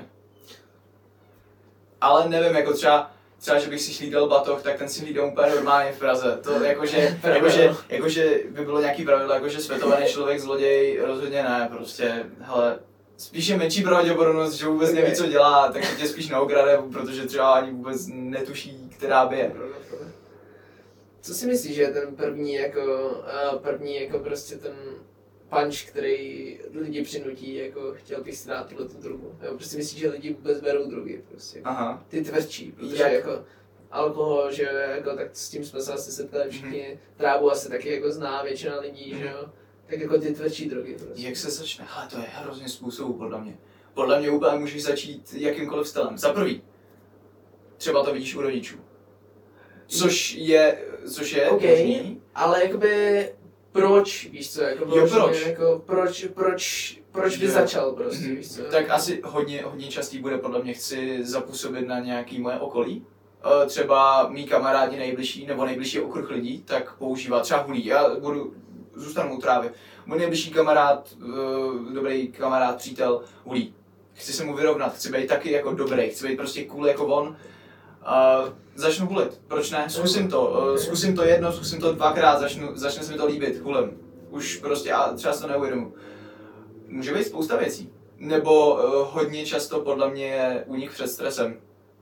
Ale nevím, jako třeba, že bych si hlídal batoh, tak ten si hlídal úplně normálně v Praze. To jakože by bylo nějaký pravidlo, jakože světovaný člověk zloděj, rozhodně ne, prostě, hele. Spíš je menší pravděpodobnost, že vůbec neví, co dělá, tak tě spíš neokrade, protože třeba ani vůbec netuší, která by je. Co si myslíš, že je ten první jako prostě ten punch, který lidi přinutí, jako chtěl bych si dát tuhle drogu? Jo, prostě myslíš, že lidi vůbec berou drogy, prostě. Aha. Ty tvrdší, protože jako alkohol, že jako, tak s tím jsme se asi setkali všichni, trávu asi taky jako zná většina lidí, že jo? Tak jako ty tvrdší drogy prostě. Jak se začne? Hele, to je hrozně způsobů podle mě. Podle mě úplně můžeš začít jakýmkoliv stylem. Za prvý, třeba to vidíš u rodičů. Což je okay, možný. Ale jakoby proč, víš co, jako proč? Jako proč by začal prostě, víš co? Tak asi hodně častý bude podle mě, chci zapůsobit na nějaký moje okolí. Třeba mý kamarádi nejbližší okruh lidí, tak používá třeba hulí. Já zůstanu u trávy. Můj nejbližší kamarád, dobrý kamarád, přítel, hulí. Chci se mu vyrovnat, chci být taky jako dobrý, chci být prostě cool jako on. Začnu hulit, proč ne? Zkusím to jedno, zkusím to dvakrát, začne se mi to líbit, hulím. Už prostě, a třeba se to neuvědomu. Může být spousta věcí. Nebo hodně často podle mě je únik před stresem.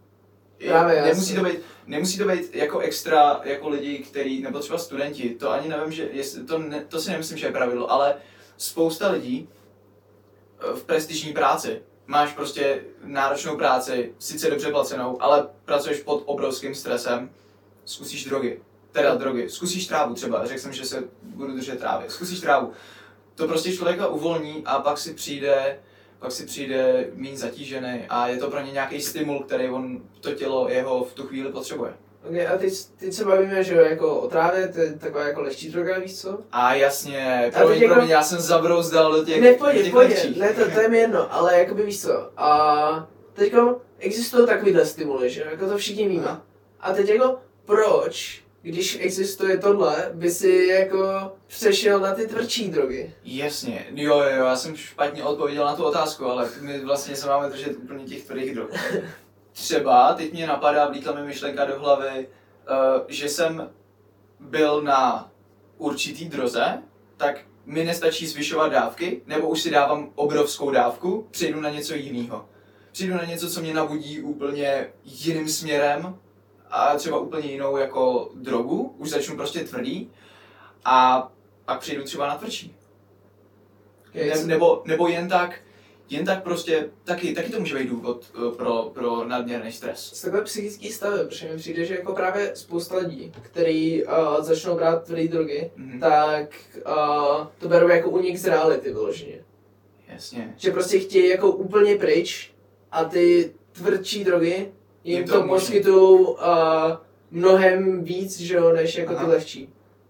Nemusí to být jako extra jako lidi, který, nebo třeba studenti, to ani nevím, že to si nemyslím, že je pravidlo, ale spousta lidí v prestižní práci, máš prostě náročnou práci, sice dobře placenou, ale pracuješ pod obrovským stresem, zkusíš drogy, zkusíš trávu třeba, řekl jsem, že se budu držet trávy, zkusíš trávu. To prostě člověka uvolní a pak si přijde méně zatížený a je to pro ně nějaký stimul, který to tělo jeho v tu chvíli potřebuje. Okay, a teď se bavíme, že jako o trávě, to je taková jako lehčí droga, víš co? A jasně, promiň, já jsem zabrouzdal do těch lehčích. Ne, to je mi jedno, ale jakoby víš co, a teďko existují takovýhle stimuly, že jako to všichni víme. A teď jako proč, když existuje tohle, by si jako přešel na ty tvrdší drogy? Jasně, jo, já jsem špatně odpověděl na tu otázku, ale my vlastně se máme držet úplně těch tvrdých drog. Třeba, teď mě napadá, vlítla mi myšlenka do hlavy, že jsem byl na určitý droze, tak mi nestačí zvyšovat dávky, nebo už si dávám obrovskou dávku, přejdu na něco jiného. Přijdu na něco, co mě nabudí úplně jiným směrem, a třeba úplně jinou jako drogu, už začnu prostě tvrdý a pak přijdu třeba na tvrdší. Okay, nebo jen tak prostě, taky to může být důvod pro nadměrný stres. Z takové psychický stavy, protože mi přijde, že jako právě spousta lidí, který začnou brát tvrdé drogy, tak to berou jako únik z reality vyloženě. Jasně. Že prostě chtějí jako úplně pryč a ty tvrdší drogy jim to poskytují mnohem víc, že jo, než jako ty lehčí.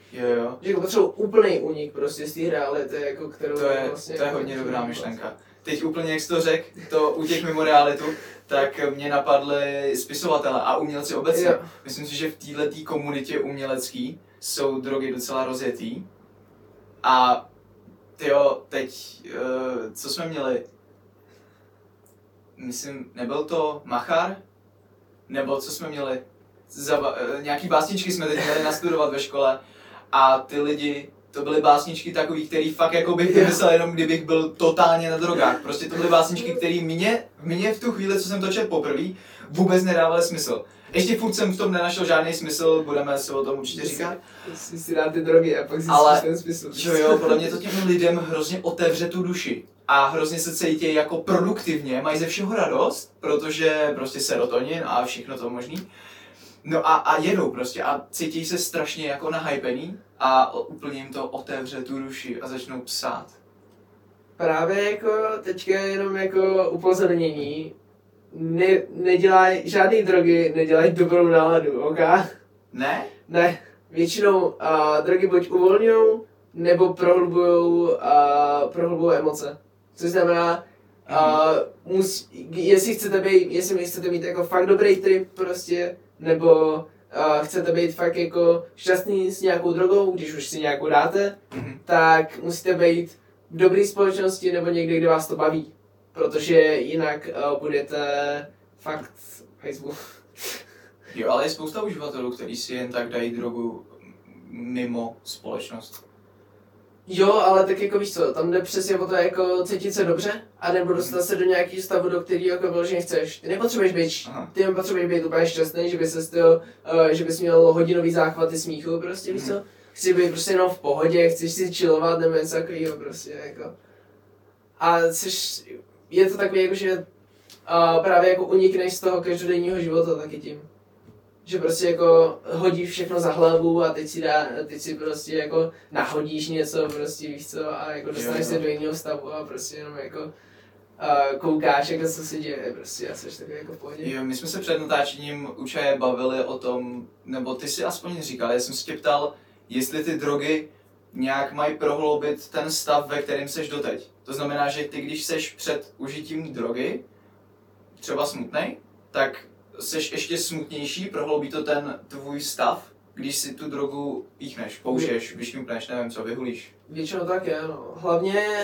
Jo. Že jako potřebuji úplný únik prostě z té reality, jako kterou To je hodně dobrá myšlenka. Teď úplně, jak jsi to řekl, to u těch mimo realitu, tak mě napadly spisovatele a umělci obecně. Jo. Myslím si, že v této komunitě umělecký jsou drogy docela rozjetý. A tyjo, teď, co jsme měli? Myslím, nebyl to Machar? Nebo co jsme měli? Nějaký básničky jsme teď měli nastudovat ve škole. A ty lidi, to byly básničky takový, který fakt jako bych vymyslel jenom kdybych byl totálně na drogách. Prostě to byly básničky, které mě v tu chvíli, co jsem to četl poprvé, vůbec nedávaly smysl. Ještě furt jsem v tom nenašel žádný smysl, budeme si o tom určitě říkat. Si dát ty drogy a pak zjistíš ten smysl. Jo, podle mě to těm lidem hrozně otevře tu duši. A hrozně se cítí jako produktivně, mají ze všeho radost, protože prostě serotonin a všechno to možný. No a jedou prostě a cítí se strašně jako nahypený a úplně jim to otevře tu duši a začnou psát. Právě jako teďka jenom jako upozornění, nedělaj žádný drogy, nedělaj dobrou náladu, ok? Ne? Ne, většinou drogy buď uvolňujou, nebo prohlubujou emoce. Což znamená, jestli chcete mít jako fakt dobrý trip prostě, nebo chcete být fakt jako šťastný s nějakou drogou, když už si nějakou dáte, tak musíte být v dobré společnosti nebo někde, kde vás to baví. Protože jinak budete fakt hejzbu. Jo, ale je spousta uživatelů, kteří si jen tak dají drogu mimo společnost. Jo, ale tak jako víš co, tam jde přesně o to jako cítit se dobře a nebo dostat se do nějakého stavu, do kterého jako vyloženě chceš. Ty nepotřebuješ být úplně šťastný, že bys měl hodinový záchvaty smíchu, prostě víš co. Chci být prostě jenom v pohodě, chceš si chillovat nebo něco takového prostě jako. A je to takový jako, že právě jako unikneš z toho každodenního života taky tím. Že prostě jako hodíš všechno za hlavu a teď si prostě jako nahodíš něco, prostě víš co, a jako dostaneš se do jiného stavu a prostě jenom jako koukáš, jako co se děje, prostě a jsi takový jako v pohodě. Jo, my jsme se před natáčením určitě bavili o tom, nebo ty si aspoň říkal, já jsem se tě ptal, jestli ty drogy nějak mají prohloubit ten stav, ve kterém seš doteď. To znamená, že ty, když seš před užitím drogy, třeba smutnej, tak seš ještě smutnější, prohloubí to ten tvůj stav, když si tu drogu píchneš, použiješ, vyšňupneš, nevím co, vyhulíš. Většinou tak je, no. Hlavně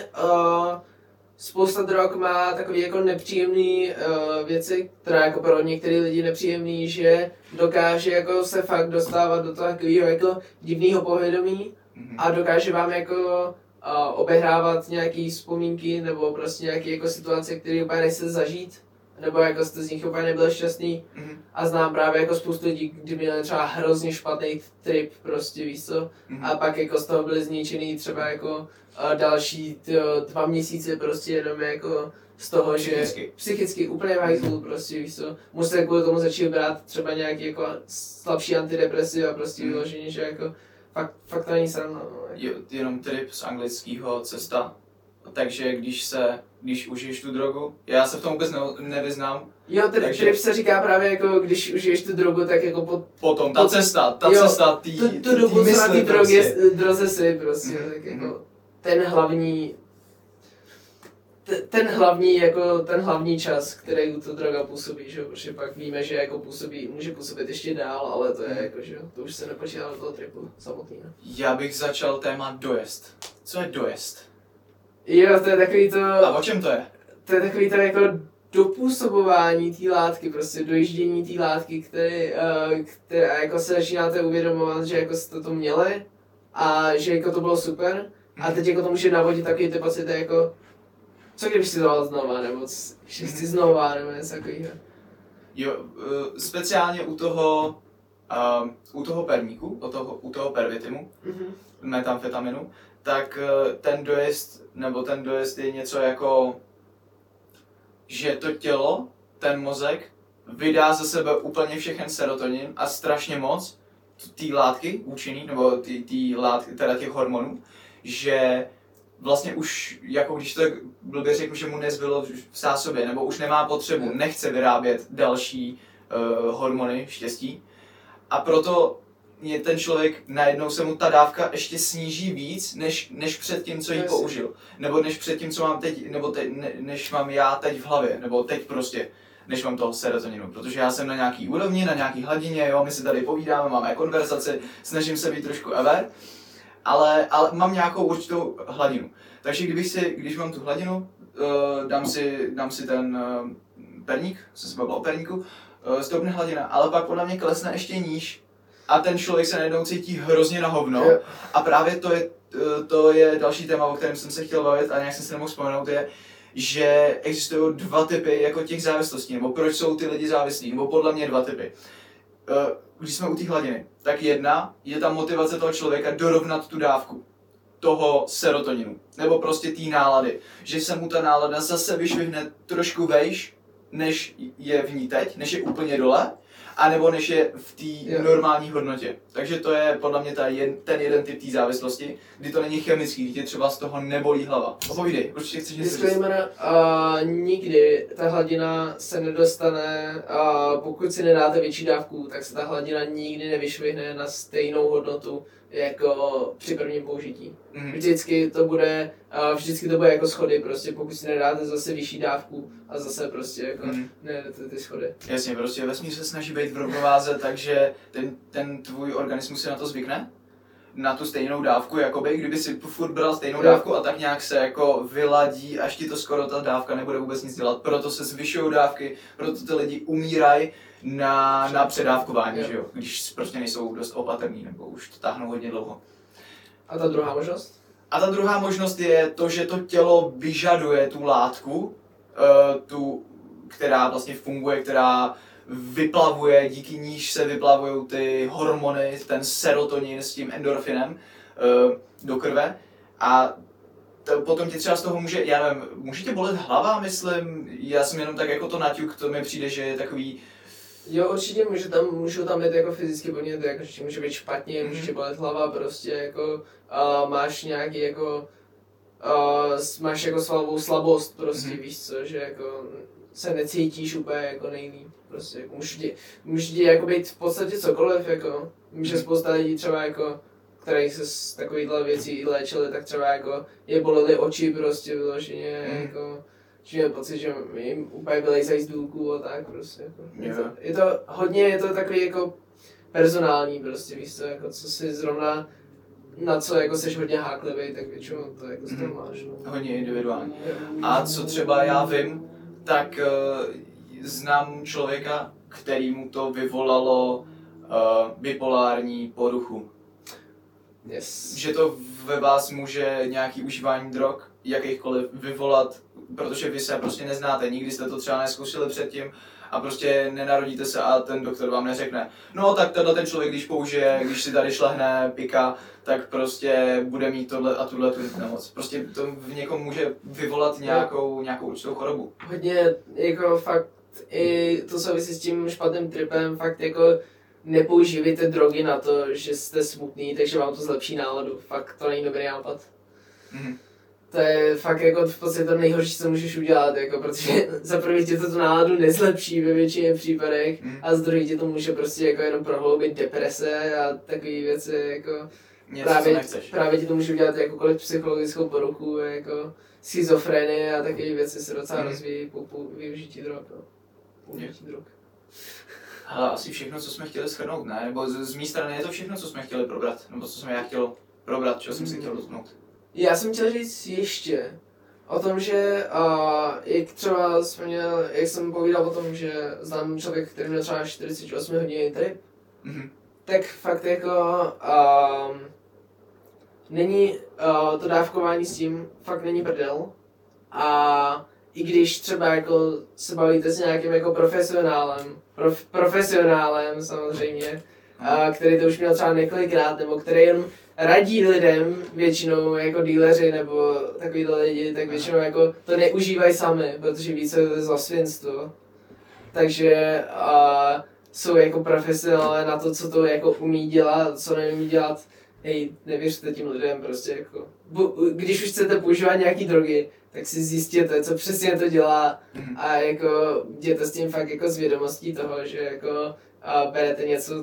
spousta drog má takový jako nepříjemný věci, která jako pro některé lidi nepříjemný, že dokáže jako se fakt dostávat do toho takového jako divného povědomí a dokáže vám jako obehrávat nějaký vzpomínky nebo prostě nějaké jako situace, které úplně nechcete zažít. Nebo jako jste z nich úplně nebyl šťastný a znám právě jako spoustu lidí, kdy měli třeba hrozně špatný trip, prostě víš co, a pak jako z toho byli zničený třeba jako další 2 měsíce prostě jenom jako z toho, že psychicky úplně hajzlu prostě víš co, musíte kvůli tomu začít brát třeba nějaký jako slabší antidepresiva prostě vyloženě, že jako fakt to není sranda. No. Jenom trip z anglického cesta. Takže když užiješ tu drogu, já se v tom vůbec nevyznám. Jo, trip se říká právě jako, když užiješ tu drogu, tak jako potom ta cesta tu dobu, co na té droze si prostě, tak jako ten hlavní čas, který tu droga působí, že? Protože pak víme, že jako může působit ještě dál, ale to je jako, že to už se nepočítá do toho tripu samotného. Já bych začal téma dojezd. Co je dojezd? Jo, to je takový to... A o čem to je? To je takový to jako dopůsobování té látky, prostě dojíždění té látky, které jako se začínáte uvědomovat, že jako jste to měli a že jako to bylo super a teď jako to může navodit takový ty pocity jako co kdybych si to dal znova, nebo že chci znova, nebo něco takového. Jo, speciálně u toho perníku, u toho pervitimu, metamfetaminu, tak ten dojezd je něco jako, že to tělo, ten mozek, vydá ze sebe úplně všechen serotonin a strašně moc ty látky účinný, nebo ty látky, teda těch hormonů, že vlastně už, jako když to tak blbě řeknu, že mu nezbylo v zásobě, nebo už nemá potřebu, nechce vyrábět další hormony štěstí. A proto je ten člověk, najednou se mu ta dávka ještě sníží víc, než před tím, co jí použil. Nebo než před tím, co mám teď, nebo než mám já teď v hlavě, nebo teď prostě, než mám toho serotoninu. Protože já jsem na nějaký úrovni, na nějaký hladině, jo, my si tady povídáme, máme konverzaci, snažím se být trošku aware, ale mám nějakou určitou hladinu. Takže když mám tu hladinu, dám si ten perník, jsem se bavil o perníku, stoupne hladina, ale pak podle mě klesne ještě níž a ten člověk se najednou cítí hrozně na hovno. A právě to je další téma, o kterém jsem se chtěl bavit a nějak jsem se nemohl vzpomenout, je, že existují dva typy jako těch závislostí, nebo proč jsou ty lidi závislí, nebo podle mě dva typy. Když jsme u té hladiny, tak jedna je ta motivace toho člověka dorovnat tu dávku toho serotoninu, nebo prostě té nálady, že se mu ta nálada zase vyšvihne trošku vejš, než je v ní teď, než je úplně dole, anebo než je v té normální hodnotě. Takže to je podle mě ten jeden typ té závislosti, kdy to není chemický, kdy tě třeba z toho nebolí hlava. Povídej, určitě chceš něco říct. Disclaimer, nikdy ta hladina se nedostane, pokud si nedáte větší dávku, tak se ta hladina nikdy nevyšvihne na stejnou hodnotu jako při prvním použití. Vždycky to bude jako schody, prostě pokud si nedáte zase vyšší dávku a zase prostě jako nedáte ty schody. Jasně, prostě vesmír se snaží být v rovnováze, takže ten tvůj organismus se na to zvykne, na tu stejnou dávku, jakoby, kdyby si furt bral stejnou dávku a tak nějak se jako vyladí, až ti to skoro ta dávka nebude vůbec nic dělat, proto se zvyšují dávky, proto ty lidi umírají na předávkování, že jo, když prostě nejsou dost opatrní, nebo už to táhnou hodně dlouho. A ta druhá možnost? A ta druhá možnost je to, že to tělo vyžaduje tu látku, která vlastně funguje, která vyplavuje, díky níž se vyplavují ty hormony, ten serotonin s tím endorfinem do krve. A potom ti třeba z toho může tě bolet hlava, myslím, já jsem jenom tak jako to naťuk, to mi přijde, že je takový. Jo, určitě můžou tam být jako fyzicky podněty, jako že může být špatně, může tě bolet hlava, prostě jako máš nějaký jako máš jako svalovou slabost, prostě víš co, že jako se necítíš úplně jako nejlíp, prostě jako může ti jako být v podstatě cokoliv, jako může spousta lidí třeba jako, kterých se z takovýchhle věcí léčili, tak třeba jako je bolely oči prostě vyloženě, jako že je pocit, že jim úplně vylejzají z důlků a tak prostě. Jako. Je to takový jako personální prostě, víš co, jako co si zrovna, na co jako seš hodně háklivý, tak většinou to jako z toho máš. No. Hodně individuální. A co třeba já vím, tak znám člověka, kterýmu to vyvolalo bipolární poruchu. Yes. Že to ve vás může nějaký užívání drog, jakýchkoliv, vyvolat, protože vy se prostě neznáte, nikdy jste to třeba nezkusili předtím a prostě nenarodíte se a ten doktor vám neřekne, no tak ten člověk, když si tady šlehne pika, tak prostě bude mít tohle a tuhle tu nemoc. Prostě to v někom může vyvolat nějakou určitou chorobu. Hodně jako fakt i to souvisí s tím špatným tripem, fakt jako nepoužívejte drogy na to, že jste smutný, takže vám to zlepší náladu. Fakt to není dobrý nápad. To je fakt jako v podstatě to nejhorší, co můžeš udělat, jako, protože za první tě to tu náladu nezlepší ve většině případech a za druhý tě to může prostě jako jenom prohloubit deprese a takové věci, jako právě ti to může udělat jakoukoliv psychologickou poruchu, jako schizofrenie a takové věci se docela rozvíjí po využití drog. Hele, asi všechno, co jsme chtěli shrnout, ne? Nebo z mé strany je to všechno, co jsme chtěli probrat, nebo co jsem já chtěl probrat, čeho jsem si chtěl dotknout. Já jsem chtěl říct ještě o tom, že jak třeba jak jsem povídal o tom, že znám člověk, který měl třeba 48 hodin trip, tak fakt jako není to dávkování s tím, fakt není prdel. A i když třeba jako se bavíte s nějakým jako profesionálem samozřejmě, který to už měl třeba několikrát, nebo který jen radí lidem, většinou jako dealeři nebo takovýhle lidi, tak většinou jako to neužívají sami, protože ví, co je to za svinstvo. Takže jsou jako profesionálové na to, co to jako umí dělat, co neumí dělat. Hej, nevěřte tím lidem prostě jako. Když už chcete používat nějaký drogy, tak si zjistěte, co přesně to dělá a jako jděte s tím fakt jako s vědomostí toho, že jako berete něco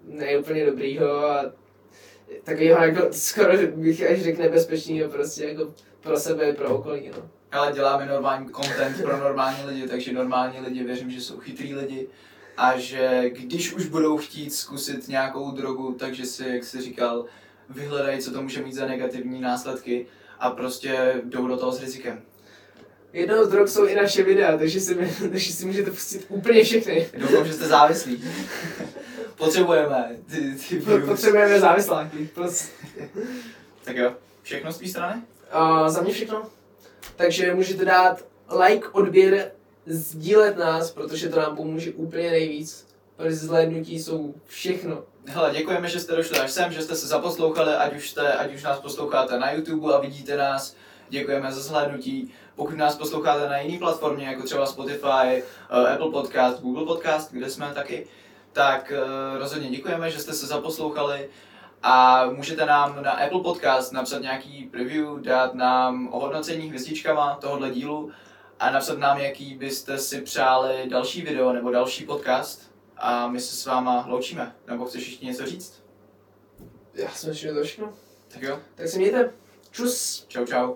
neúplně dobrýho a takovýho jako skoro bych až řekl nebezpečného prostě jako pro sebe, pro okolí, no. Ale děláme normální content pro normální lidi, takže normální lidi věřím, že jsou chytrý lidi a že když už budou chtít zkusit nějakou drogu, takže si, jak jsi říkal, vyhledají, co to může mít za negativní následky a prostě jdou do toho s rizikem. Jednou z drog jsou i naše videa, takže si můžete pustit úplně všechny. Doufám, že jste závislí. Potřebujeme ty Potřebujeme závisláky. Prostě. Tak jo, všechno z té strany? Za mě všechno. Takže můžete dát like, odběr, sdílet nás, protože to nám pomůže úplně nejvíc. Protože zhlédnutí jsou všechno. Hele, děkujeme, že jste došli až sem, že jste se zaposlouchali, ať už nás posloucháte na YouTube a vidíte nás. Děkujeme za zhlédnutí. Pokud nás posloucháte na jiné platformě, jako třeba Spotify, Apple Podcast, Google Podcast, kde jsme taky, tak rozhodně děkujeme, že jste se zaposlouchali a můžete nám na Apple Podcast napsat nějaký preview, dát nám ohodnocení hvězdičkama tohohle dílu a napsat nám, jaký byste si přáli další video nebo další podcast a my se s váma loučíme. Nebo chceš ještě něco říct? Já si myslím, že to všechno. Tak jo. Tak se mějte. Čus. Čau, čau.